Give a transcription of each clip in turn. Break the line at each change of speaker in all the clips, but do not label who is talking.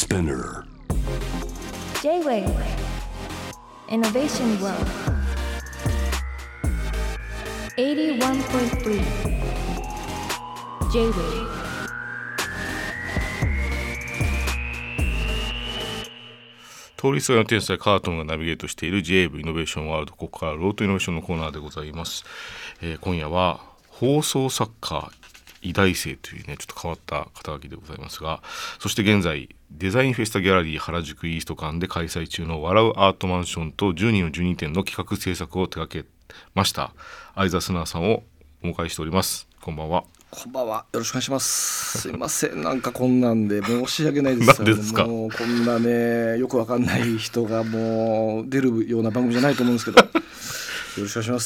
Spinner
J-Wave Innovation World 81.3 J-Wave
通りすがりの天才カートンがナビゲートしている J-Wave イノベーションワールド、ここからロートイノベーションのコーナーでございます。今夜は放送作家医大生というねちょっと変わった肩書きでございますが、そして現在デザインフェスタギャラリー原宿イースト館で開催中の笑うアートマンションと12の12点の企画制作を手掛けました相沢スナーさんをお迎えしております。こんばんは。
こんばんは、よろしくお願いします。すいません、なんかこんなんで申し訳ないです。
なんでですか。
もうこんなねよくわかんない人がもう出るような番組じゃないと思うんですけどよろしくお願いします。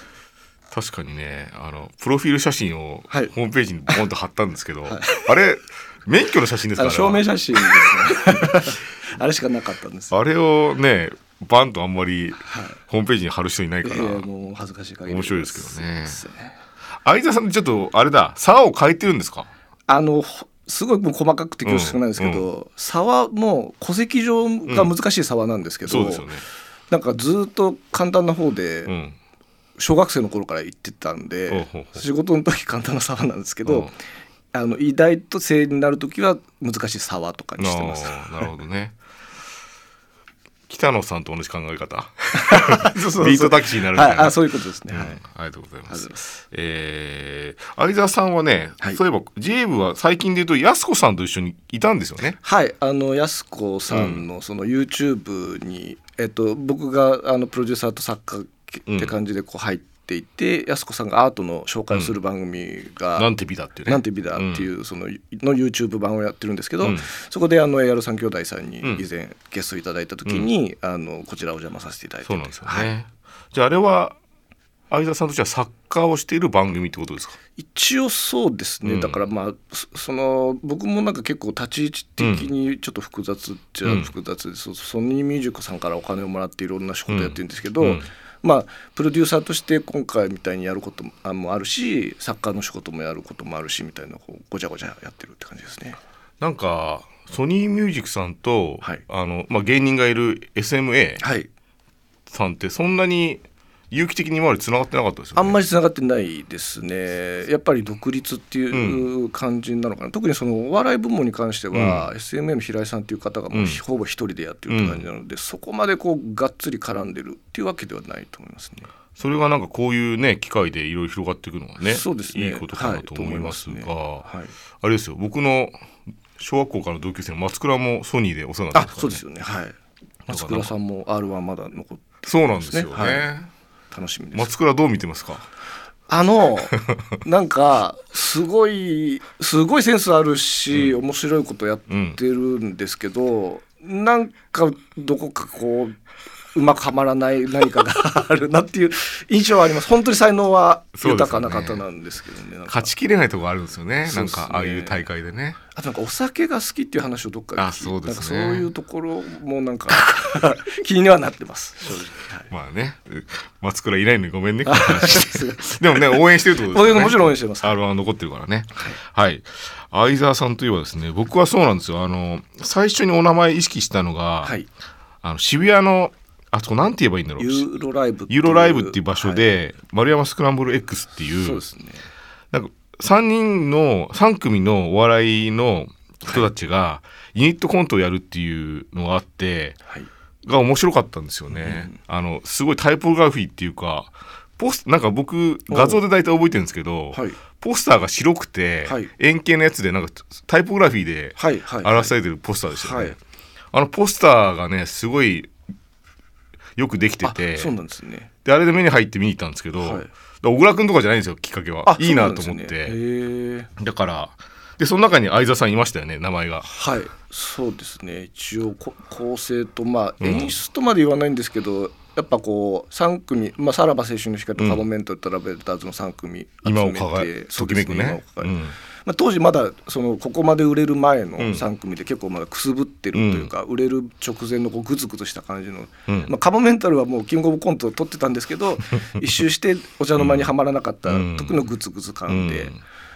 確かにねプロフィール写真をホ
はい
ームページにボンと貼ったんですけど、
はい
あれ免許の写真ですか。
証明写真ですねあれしかなかったんですよ。
あれをねバンとあんまり
はい
ホームページに貼る人いないから
もう恥ずかしい限り
面白いですけどね。
すいません。
相沢さんってちょっとあれだ沢を変えてるんですか。
すごいもう細かくて恐縮なんですけど、沢も戸籍上が難しい沢なんですけど、
そうですよね。
なんかずっと簡単な方で、
うん
小学生の頃から行ってたんで、
ほうほうほう
仕事の時簡単な沢なんですけど、医大と生になる時は難しい沢とかにしてます。
なるほどね。北野さんと同じ考え方
そうそうそう
ビートタキシーになるみたいな、
はい、そういうことですね、はい、
ありがとうございます。
ありがとうございます
相沢さんはね、
はい、
そういえば J 部は最近で言うとやすこさんと一緒にいたんですよね。
はい、やすこさんのその YouTube に、僕がプロデューサーと作家って感じでこう入っていて、やすこさんがアートの紹介をする番組が、
なんて美だっていうね、
なんて美だっていうその YouTube 版をやってるんですけど、そこでAR3兄弟さんに以前ゲストいただいた時に、こちらお邪魔させていただいて。
そうなんですよね、
はい、
じゃああれは相沢さんとしては作家をしている番組ってことですか。
一応そうですね、だから僕もなんか結構立ち位置的にちょっと複雑っちゃ複雑で、ソニーミュージックさんからお金をもらっていろんな仕事やってるんですけど、プロデューサーとして今回みたいにやることもあるし、作家の仕事もやることもあるしみたいなごちゃごちゃやってるって感じですね。
なんかソニーミュージックさんと、
はい、
芸人がいる SMA
はい
さんってそんなに有機的に今まで繋がってなかったですよね。
あんまり繋がってないですね。やっぱり独立っていう感じなのかな、特にそのお笑い部門に関しては、SMA の平井さんっていう方がもうほぼ一人でやってるって感じなので、そこまでこうがっつり絡んでるっていうわけではないと思いますね。
それがなんかこういうね機会でいろいろ広がっていくのがね、
そうですね、
いいことかなと思いますが、
はい、
あれですよ、僕の小学校からの同級生の松倉もソニーでお世話になってますからね。
そうですよね、はい、松倉さんも R1 まだ残ってるんですね。
そうなんですよね、
はい、楽しみです。
松倉どう見てますか。
なんかすごいセンスあるし、面白いことやってるんですけど、なんかどこかこううまくはまらない何かがあるなっていう印象はあります。本当に才能は豊かな方なんですけどね。
勝ちきれないところあるんですよね。
そうですね、
なんかああいう大会でね。
あとなんかお酒が好きっていう話をどっかで
そうですね、
なんかそういうところもなんか気にはなってます正直、
まあね、松倉いないのにごめんねでもね応援してるってことですよね。
もちろん応援してます。
R1 残ってるからね。はい、相沢さんといえばですね、僕はそうなんですよ。最初にお名前意識したのが、
はい、
渋谷のそこなんて言えばいいんだろう、
ユーロライブ
っていう場所で、丸山スクランブル X っていう、
そうですね、
なんか3組のお笑いの人たちがユニットコントをやるっていうのがあって、が面白かったんですよね。すごいタイポグラフィーっていうかなんか僕画像で大体覚えてるんですけど、ポスターが白くて、円形のやつでなんかタイポグラフィーで表されてるポスターでしたよね。ポスターがねすごいよくできてて、
そうなんですね。
であれで目に入って見に行ったんですけど、小倉君とかじゃないんですよ、きっかけは。いいなと思って、だからでその中に相沢さんいましたよね、名前が。
はい、そうですね。一応構成と演出とまで言わないんですけど、やっぱこう3組、さらば青春の光とカモメンタルとラベルターズの3組集めて、
ときめくね。
当時まだここまで売れる前の3組で結構まだくすぶってるというか、売れる直前のグツグツした感じの、カモメンタルはもうキングオブコントを取ってたんですけど一周してお茶の間にはまらなかった時のグツグツ感で、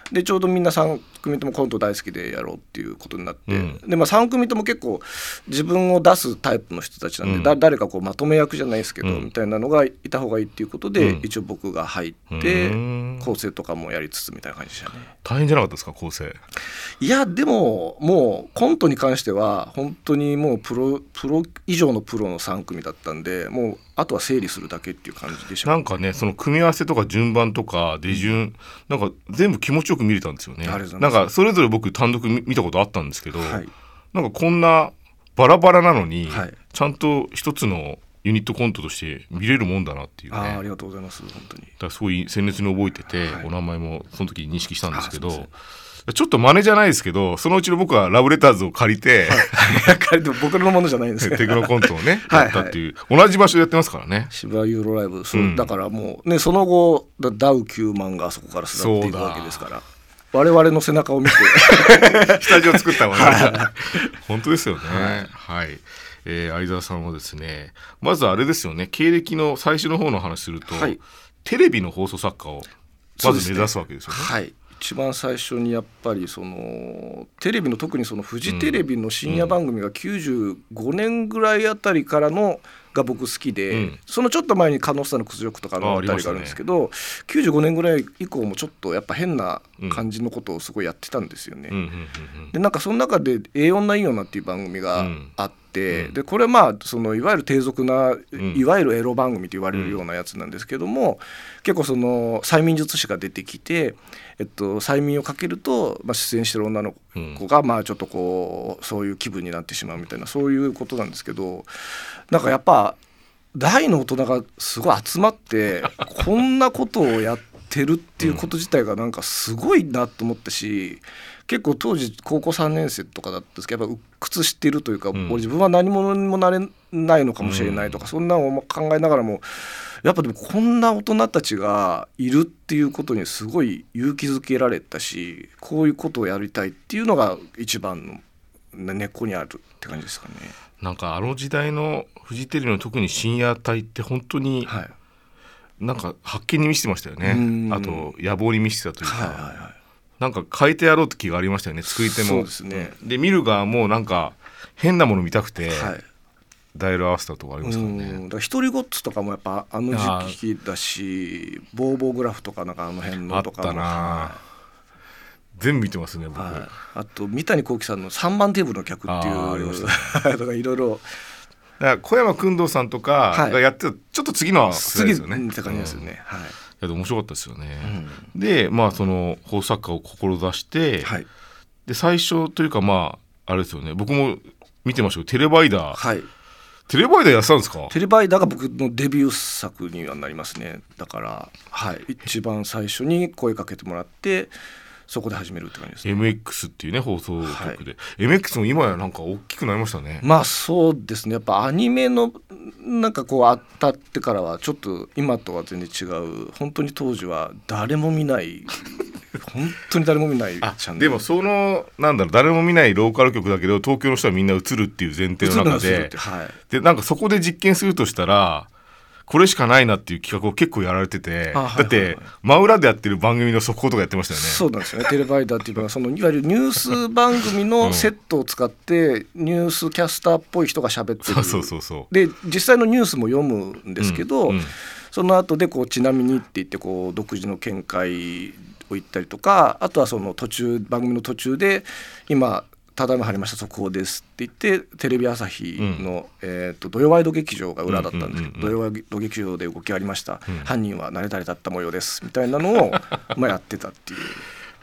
でちょうどみんな3組ともコント大好きでやろうっていうことになって、で、3組とも結構自分を出すタイプの人たちなんで、誰かこうまとめ役じゃないですけど、みたいなのがいた方がいいっていうことで、一応僕が入って構成とかもやりつつみたいな感じでしたね。
大変じゃなかったですか構成？
いやでももうコントに関しては本当にもうプロ以上のプロの3組だったんで、もうあとは整理するだけっていう感じでした。
なんかね、その組み合わせとか順番とか出順、なんか全部気持ちよく見れたんですよね。なんかそれぞれ僕単独見たことあったんですけど、なんかこんなバラバラなのに、ちゃんと一つのユニットコントとして見れるもんだなっていうね。
ありがとうございます。本当に。
だからすごい鮮烈に覚えてて、お名前もその時認識したんですけど、ちょっと真似じゃないですけど、そのうちの僕はラブレターズを借りて、
借りて僕のものじゃないんですけど、
テクノコントをねやったっていう、同じ場所でやってますからね。
渋谷ユーロライブ、だからもうね、その後ダウ9万があそこから巣立っていくわけですから、我々の背中を見て
スタジオ作ったもんね。本当ですよね。はい。相沢さんはですね、まずあれですよね、経歴の最初の方の話すると、テレビの放送作家をまず目指すわけですよね。
はい。一番最初にやっぱりそのテレビの、特にそのフジテレビの深夜番組が95年ぐらいあたりからのが僕好きで、そのちょっと前に加納さんの屈辱とかのあたりがあるんですけど、95年ぐらい以降もちょっとやっぱ変な感じのことをすごいやってたんですよね。でなんかその中で「ええ女いい女」っていう番組があって、でこれはまあそのいわゆる低俗ないわゆるエロ番組と言われるようなやつなんですけども、結構その催眠術師が出てきて、催眠をかけると、出演してる女の子がまあちょっとこうそういう気分になってしまうみたいな、そういうことなんですけど、なんかやっぱ大の大人がすごい集まってこんなことをやってるっていうこと自体がなんかすごいなと思ったし、結構当時高校3年生とかだったんですけど、やっぱ鬱屈してるというか、俺自分は何者にもなれないのかもしれないとか、そんなのを考えながらも、やっぱでもこんな大人たちがいるっていうことにすごい勇気づけられたし、こういうことをやりたいっていうのが一番の根っこにあるって感じですかね。
なんかあの時代のフジテレビの特に深夜帯って本当になんか発見に満ちてましたよね。あと野望に満ちてたというか、なんか変えてやろうって気がありましたよね、作り手も。
そうですね。
で見る側もなんか変なもの見たくて、ダイヤル合わせたとかありますからね。
だから一人ごっつとかもやっぱあの時期だし、ボーボーグラフとかなんかあの辺のとかも
あったな、全部見てますね僕。
あと三谷幸喜さんの3番テーブルの客っていう
ありましたね。
とかいろいろ、
だから小山君堂さんとかがやってた、ちょっと次の世代ですよね。
次って感じですよね。
いや面白かったですよね。でまあその放送作家を志して、で最初というかまああれですよね、僕も見てましたけどテレバイダー、テレバイダーやってたんですか？
テレバイダーが僕のデビュー作にはなりますね。だから、一番最初に声かけてもらってそこで始めるって感じですね。
MX っていうね放送局で、MX も今やなんか大きくなりましたね。
まあそうですね。やっぱアニメのなんかこう当たってからはちょっと今とは全然違う、本当に当時は誰も見ない本当に誰も見ないチャンネル。
でもそのなんだろう、誰も見ないローカル局だけど東京の人はみんな映るっていう前提の中で、でなんかそこで実験するとしたらこれしかないなっていう企画を結構やられてて、だって真裏でやってる番組の速報とかやってましたよね。
そうなんですよね。テレバイダーっていうのはそのいわゆるニュース番組のセットを使ってニュースキャスターっぽい人が喋ってる。で実際のニュースも読むんですけど、その後でこうちなみにって言ってこう独自の見解を言ったりとか、あとはその番組の途中で今ただいま入りました速報ですって言ってテレビ朝日の、土曜ワイド劇場が裏だったんですけど、土曜ワイド劇場で動きありました、犯人は誰々だった模様ですみたいなのをやってたっていう。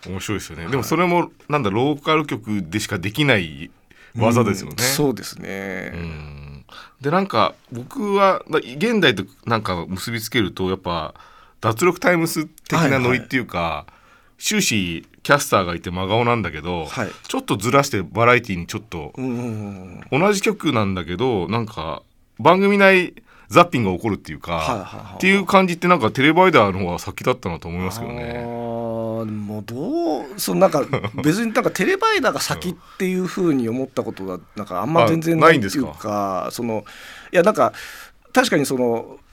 面白いですよね。でもそれもなんだローカル局でしかできない技ですよね。
そうですね。
でなんか僕は現代となんか結びつけるとやっぱ脱力タイムス的なノリっていうか、終始キャスターがいて真顔なんだけど、ちょっとずらしてバラエティにちょっと、同じ曲なんだけどなんか番組内ザッピングが起こるっていうか、っていう感じってなんかテレバイダーの方が先だったなと思いますけどね。
もうそのなんか別になんかテレバイダーが先っていう風に思ったことはなんかあんま全然ないっていうか、そのいやなんか確かにその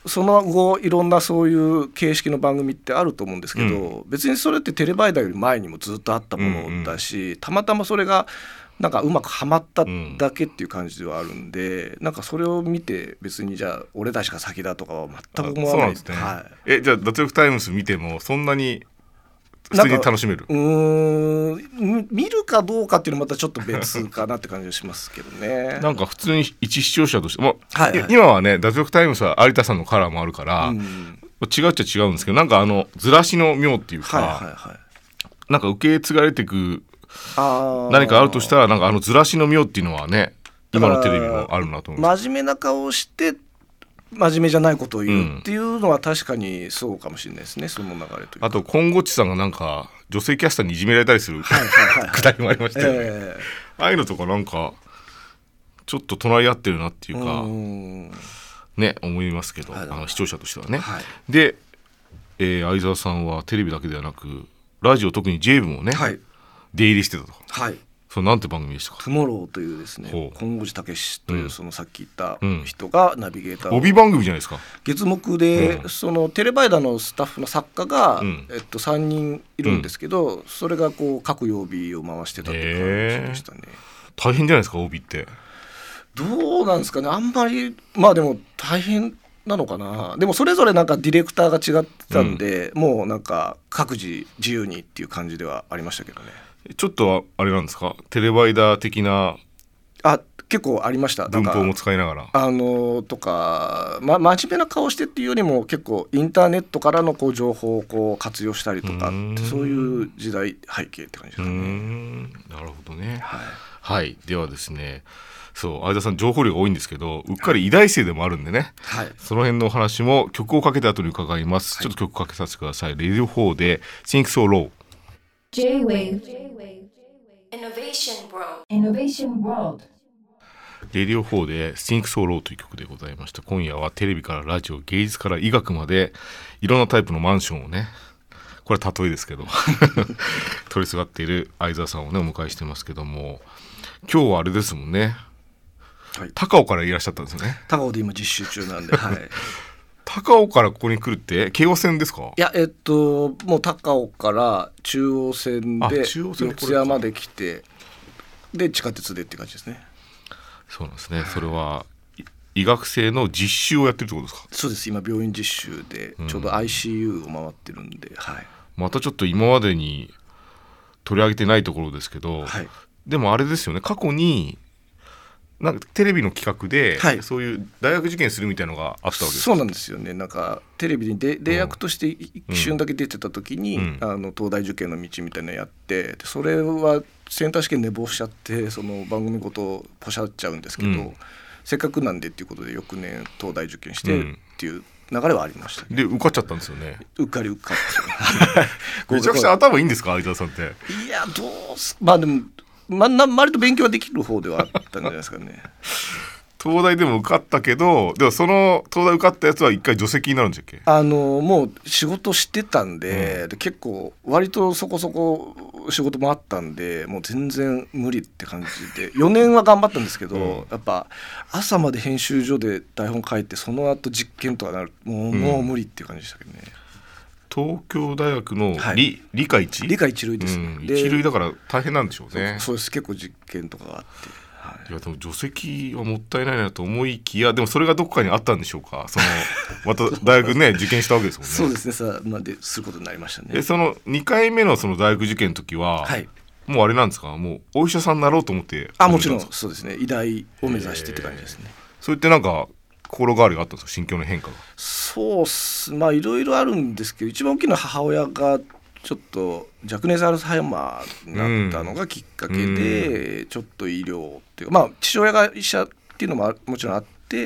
その後いろんなそういう形式の番組ってあると思うんですけど、別にそれってテレバイダより前にもずっとあったものだし、たまたまそれがなんかうまくはまっただけっていう感じではあるんで、なんかそれを見て別にじゃあ俺たちが先だとかは全く思わない。
そうなんですね。じゃあ脱力タイムス見てもそんなに普通に楽しめる？
見るかどうかっていうのはまたちょっと別かなって感じがしますけどね。
なんか普通に一視聴者としても、今はね脱力タイムスは有田さんのカラーもあるから、違うっちゃ違うんですけど、なんかずらしの妙っていうか、なんか受け継がれていく何かあるとしたら、なんかずらしの妙っていうのはね、今のテレビもあるなと思います。
真面目な顔をして真面目じゃないことを言うっていうのは確かにそうかもしれないですね、その流れというか。
あと今後地さんがなんか女性キャスターにいじめられたりするくだりもありましたよね。ああいうのとかなんかちょっと隣り合ってるなっていうかね、思いますけど、視聴者としてはね、で、相沢さんはテレビだけではなくラジオ、特に J 部もね、出入りしてたと。それなんて番組でしたか？
トゥモローというですね、金剛寺武というそのさっき言った人がナビゲーターを、
帯番組じゃないですか。
月木で、そのテレバイダのスタッフの作家が、3人いるんですけど、それがこう各曜日を回してたという感じでしたね。
大変じゃないですか帯って。
どうなんですかね、あんまりまあでも大変なのかな。でもそれぞれなんかディレクターが違ってたんで、もうなんか各自自由にっていう感じではありましたけどね。
ちょっとあれなんですか、テレバイダー的な
結構ありました。
文法も使いながら
とか、真面目な顔してっていうよりも結構インターネットからのこう情報をこう活用したりとかって、そういう時代背景って感じですかね。
なるほどね。はい、ではですね、そう相田さん情報量が多いんですけど、うっかり医大生でもあるんでね、その辺のお話も曲をかけた後に伺います。ちょっと曲かけさせてください。レディオ4で Think So Low。
J-Wave Innovation World。
レディオ4で Think So Low という曲でございました。今夜はテレビからラジオ、芸術から医学までいろんなタイプのマンションをね、これは例えですけど取りすがっている相沢さんをねお迎えしてますけども、今日はあれですもんね、高尾からいらっしゃったんですよね。
高尾で今実習中なんで
高尾からここに来るって京王線ですか？
いや、もう高尾から中央線で四谷まで来て、で地下鉄でって感じですね。
そうなんですね。それは医学生の実習をやってるってことですか？
そうです。今病院実習でちょうど ICU を回ってるんで、
またちょっと今までに取り上げてないところですけど、でもあれですよね、過去になんかテレビの企画で、そういう大学受験するみたいなのがあったわけですか？
そうなんですよね。なんかテレビに出役として一瞬だけ出てた時に、東大受験の道みたいなのやって、それはセンター試験寝坊しちゃって、その番組ごとポシャっちゃうんですけど、せっかくなんでっていうことで翌年東大受験してっていう流れはありました、
で受かっちゃったんですよね。
受かって
めちゃくちゃ頭いいんですか相田さんって？
いやまあでも割と勉強はできる方ではあったんじゃないですかね
東大でも受かったけど、でもその東大受かったやつは一回除籍になるんでしたっけ？
もう仕事してたんで、結構割とそこそこ仕事もあったんで、もう全然無理って感じで4年は頑張ったんですけど、やっぱ朝まで編集所で台本書いて、その後実験とかなる、もう無理っていう感じでしたけどね。
東京大学の理科1？
理科一類ですね。
一類だから大変なんでしょうね。
そうです。結構実験とかがあって、
いやでも除籍はもったいないなと思いきや、でもそれがどこかにあったんでしょうか？また大学ね受験したわけですもんね。
そうですね。さあまですることになりましたね。
その2回目のその大学受験の時は、もうあれなんですか？もうお医者さんになろうと思って？
もちろんそうですね。医大を目指してって感じですね。
それってなんか心変わりがあったんですか？心境の変化が。
そうっす。まあいろいろあるんですけど、一番大きな母親がちょっと若年性アルツハイマーになったのがきっかけで、ちょっと医療っていうか、父親が医者っていうのももちろんあって、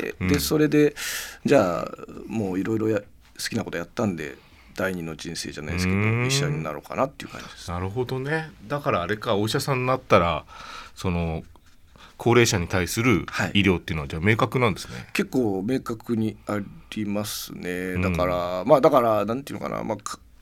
でそれでじゃあもういろいろ好きなことやったんで第二の人生じゃないですけど医者になろうかなっていう感じです。
なるほどね。だからあれか、お医者さんになったらその高齢者に対する医療っていうのはじゃあ明確なんですね。
結構明確にありますね。だからなんていうのかな、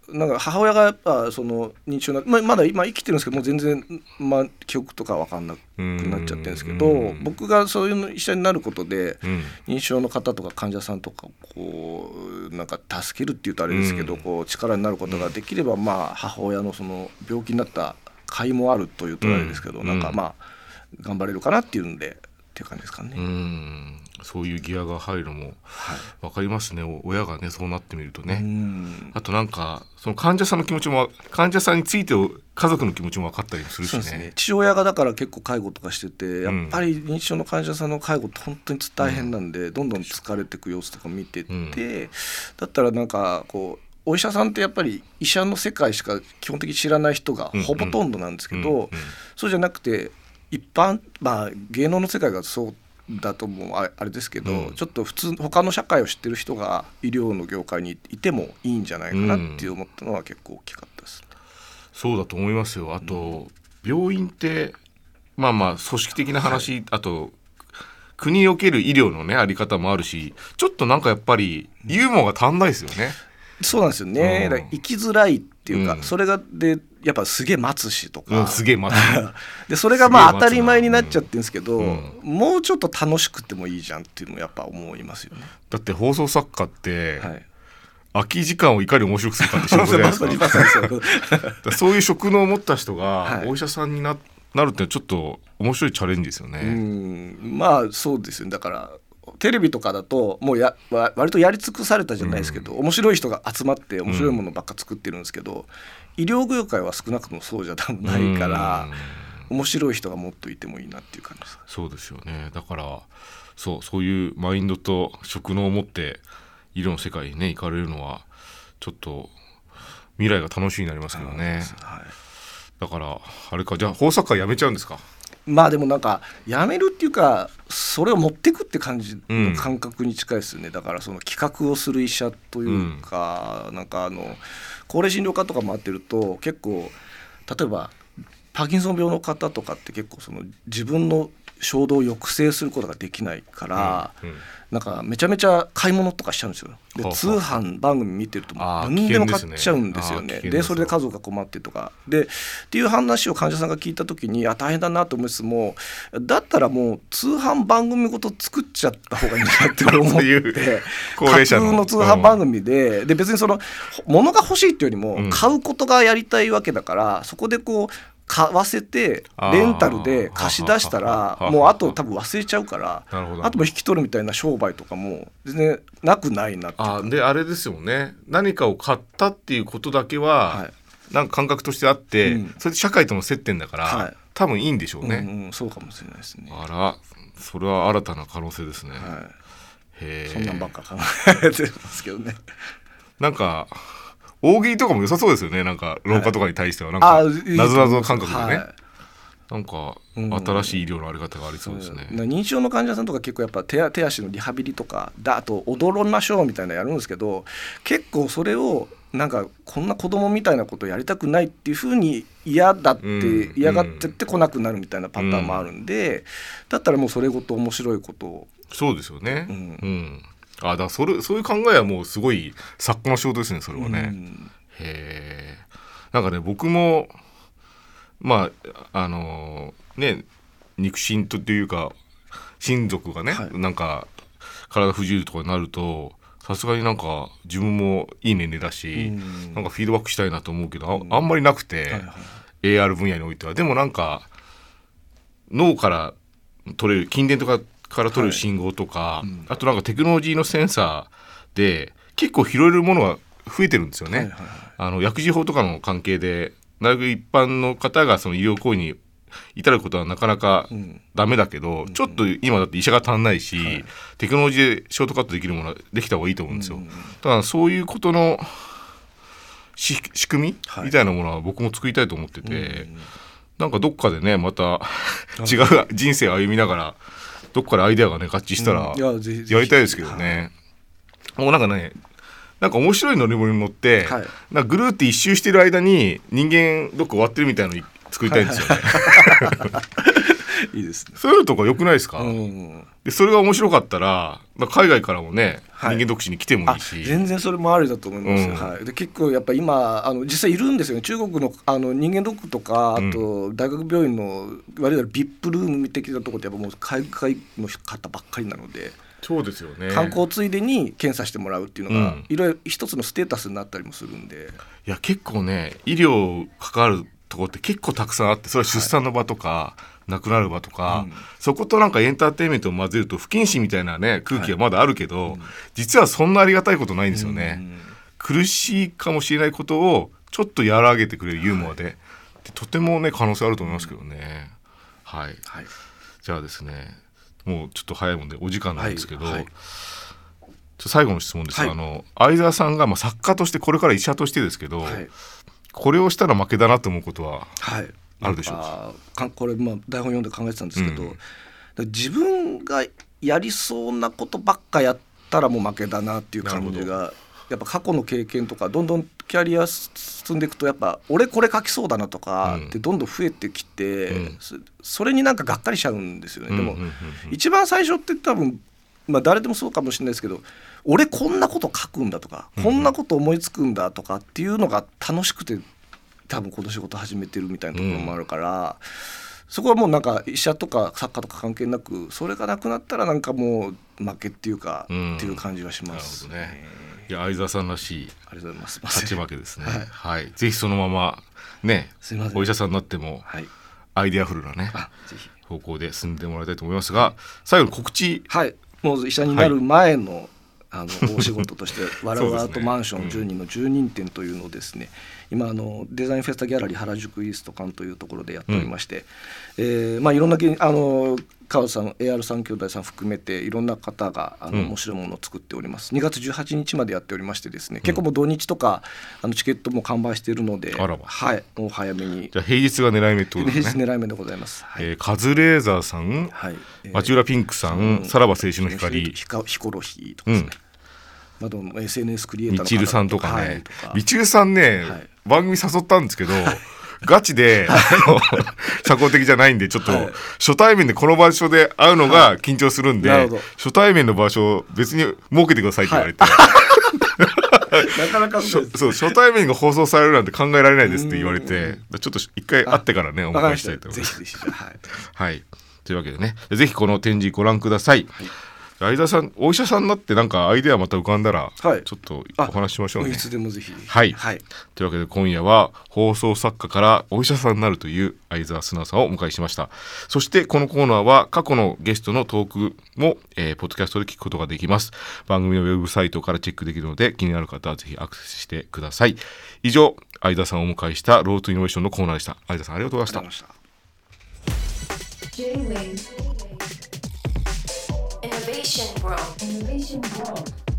なんか母親がやっぱその認知症まだ今生きてるんですけどもう全然、記憶とか分かんなくなっちゃってるんですけど、僕がそういうの医者になることで、認知症の方とか患者さんとかこうなんか助けるっていうとあれですけど、こう力になることができれば、母親のその病気になった甲斐もあるというとあれですけど、なんか頑張れるかなっていうんでっていう感じですかね。
そういうギアが入るのも分かりますね、親がねそうなってみるとね。あとなんかその患者さんの気持ちも患者さんについて家族の気持ちも分かったりするしね。
そうですね、父親がだから結構介護とかしてて、やっぱり認知症の患者さんの介護って本当に大変なんで、どんどん疲れていく様子とか見てて、だったらなんかこうお医者さんってやっぱり医者の世界しか基本的に知らない人がほとんどなんですけど、そうじゃなくて一般、芸能の世界がそうだともあれですけど、ちょっと普通他の社会を知ってる人が医療の業界にいてもいいんじゃないかなって思ったのは結構大きかったです。
そうだと思いますよ。あと、病院って組織的な話、あと国における医療のねあり方もあるし、ちょっとなんかやっぱりユーモアが足んないですよね。
そうなんですよね、だから生きづらいっていうか、それがでやっぱすげえ待つしとか、
すげえ待つ
でそれが当たり前になっちゃってるんですけど、もうちょっと楽しくてもいいじゃんっていうのもやっぱ思いますよね。
だって放送作家って、空き時間をいかに面白くするかって仕事じゃないですか。そういう職能を持った人がお医者さんになるってちょっと面白いチャレンジですよね。
そうですよね。だからテレビとかだともう割とやり尽くされたじゃないですけど、面白い人が集まって面白いものばっか作ってるんですけど、医療業界は少なくともそうじゃ多分ないから、面白い人がもっといてもいいなっていう感じです。
そうですよね。だからそういうマインドと職能を持って医療の世界にね行かれるのはちょっと未来が楽しみになりますけどね。だからあれか、じゃあ放送作家やめちゃうんですか。
でもなんかやめるっていうかそれを持ってくって感じの感覚に近いですよね。だからその企画をする医者というか、なんか高齢診療科とか回ってると結構例えばパーキンソン病の方とかって結構その自分の衝動を抑制することができないから、なんかめちゃめちゃ買い物とかしちゃうんですよ。で通販番組見てると何でも買っちゃうんですよね。でそれで家族が困ってとかでっていう話を患者さんが聞いた時に大変だなと思いつつも、だったらもう通販番組ごと作っちゃった方がいいなって思って
高齢者
の通販番組で別にその物が欲しいっていうよりも買うことがやりたいわけだから、そこでこう買わせてレンタルで貸し出したらもうあと多分忘れちゃうから、あとも引き取るみたいな商売とかも全然なくないなっていう。
であれですよね、何かを買ったっていうことだけはなんか感覚としてあって、それで社会との接点だから、多分いいんでしょうね。
そうかもしれないですね。
それは新たな可能性ですね。
そんなんばっか考えてますけどね。
なんか大喜利とかも良さそうですよね。なんか老化とかに対してはなんかなぞなぞ感覚でね、なんか新しい医療のあり方がありそうですね。
認知症の患者さんとか結構やっぱ手足のリハビリとかあと踊りましょうみたいなのやるんですけど、結構それをなんかこんな子供みたいなことをやりたくないっていう風に嫌がってって来なくなるみたいなパターンもあるんで、だったらもうそれごと面白いことを。
そうですよね。だからそういう考えはもうすごい作家の仕事ですね、それはね。なんかね、僕も肉親というか親族がね、なんか体不自由とかになるとさすがになんか自分もいい年齢だし、なんかフィードバックしたいなと思うけど、あんまりなくて、AR 分野においては。でもなんか脳から取れる筋電とかから取れる信号とか、あとなんかテクノロジーのセンサーで結構拾えるものが増えてるんですよね。薬事法とかの関係でなるべく一般の方がその医療行為に至ることはなかなかダメだけど、ちょっと今だって医者が足んないし、テクノロジーでショートカットできるものはできた方がいいと思うんですよ。だからそういうことの仕組みみたいなものは僕も作りたいと思ってて、なんかどっかでねまた違う人生を歩みながらどっかでアイデアがね合致したらやりたいですけどね。もうなんかね、なんか面白い乗り物に乗って、なんかぐるーって一周してる間に人間どっか終わってるみたいなの作りたいんですよね。
いいですね。
そういうのとか良くないですか、
うん
でそれが面白かったら、海外からもね、
はい
人間読書に来てもいいし、
全然それもありだと思います、
うん
はい、で結構やっぱ今実際いるんですよね。中国の人間ドックとか、あと大学病院のいわゆる VIP ルーム的なところってやっぱもう海外の方ばっかりなので、
そうですよね。
観光ついでに検査してもらうっていうのが、
うん
いろいろ一つのステータスになったりもするんで、
いや結構ね、医療関わるところって結構たくさんあって、それは出産の場とか、亡くなる場とか、そことなんかエンターテインメントを混ぜると不謹慎みたいなね空気がまだあるけど、実はそんなありがたいことないんですよね、苦しいかもしれないことをちょっと和らげてくれるユーモアで、とてもね可能性あると思いますけどね、はい、
はい、
じゃあですね、もうちょっと早いもんでお時間なんですけど、
はいはい、
最後の質問です、
はい、
相沢さんが作家としてこれから医者としてですけど、
はい、
これをしたら負けだなと思うことは
はい
あるでしょうか。
これ、台本読んで考えてたんですけど、自分がやりそうなことばっかやったらもう負けだなっていう感じが、やっぱ過去の経験とかどんどんキャリア進んでいくと、やっぱ俺これ書きそうだなとかってどんどん増えてきて、それになんかがっかりしちゃうんですよね。でも一番最初って多分、誰でもそうかもしれないですけど、俺こんなこと書くんだとか、こんなこと思いつくんだとかっていうのが楽しくて多分この仕事始めてるみたいなところもあるから、そこはもうなんか医者とか作家とか関係なく、それがなくなったらなんかもう負けっていうか、っていう感じはします、
なるほどね。いや相沢さんらしい
ありがとうございます。
勝ち負けですね、
はい
はい、ぜひそのままね、
すいません、
お医者さんになっても、
はい、
アイデアフルなね
ぜひ
方向で進んでもらいたいと思いますが、最後に告知。
はい、もう医者になる前の、大仕事としてわらわらとマンション10人の10人展というのをですね、今デザインフェスタギャラリー原宿イースト館というところでやっておりまして、いろんな川田さん AR3 兄弟さん含めていろんな方が面白いものを作っております。2月18日までやっておりましてですね、結構もう土日とかチケットも完売しているので、はい、もう早めに。
じゃあ平日が狙い目ってことですね。
平日狙い目でございます、はい、
カズレーザーさん、はい、町浦ピンクさん、さらば青春の光、
ヒコロヒーとかですね、SNS クリエイターの方
みちるさんとかね、
はい、
みちるさんね、はい、番組誘ったんですけど、ガチで社交的じゃないんでちょっと初対面でこの場所で会うのが緊張するんで、初対面の場所を別に設けてくださいって言われて、
なかなか
そう初対面が放送されるなんて考えられないですって言われて、ちょっと一回会ってからねお迎えしたいと思います。
ぜひぜひ、
はい、というわけでね、ぜひこの展示ご覧ください。はい、相沢さんお医者さんになってなんかアイデアまた浮かんだら、ちょっとお話ししましょうね。
いつでもぜひ。
はい、というわけで今夜は放送作家からお医者さんになるという相沢素直さんをお迎えしました。そしてこのコーナーは過去のゲストのトークも、ポッドキャストで聞くことができます。番組のウェブサイトからチェックできるので気になる方はぜひアクセスしてください。以上相沢さんをお迎えしたロートイノベーションのコーナーでした。相沢さんありがとうございました。
J-Wave Innovation World.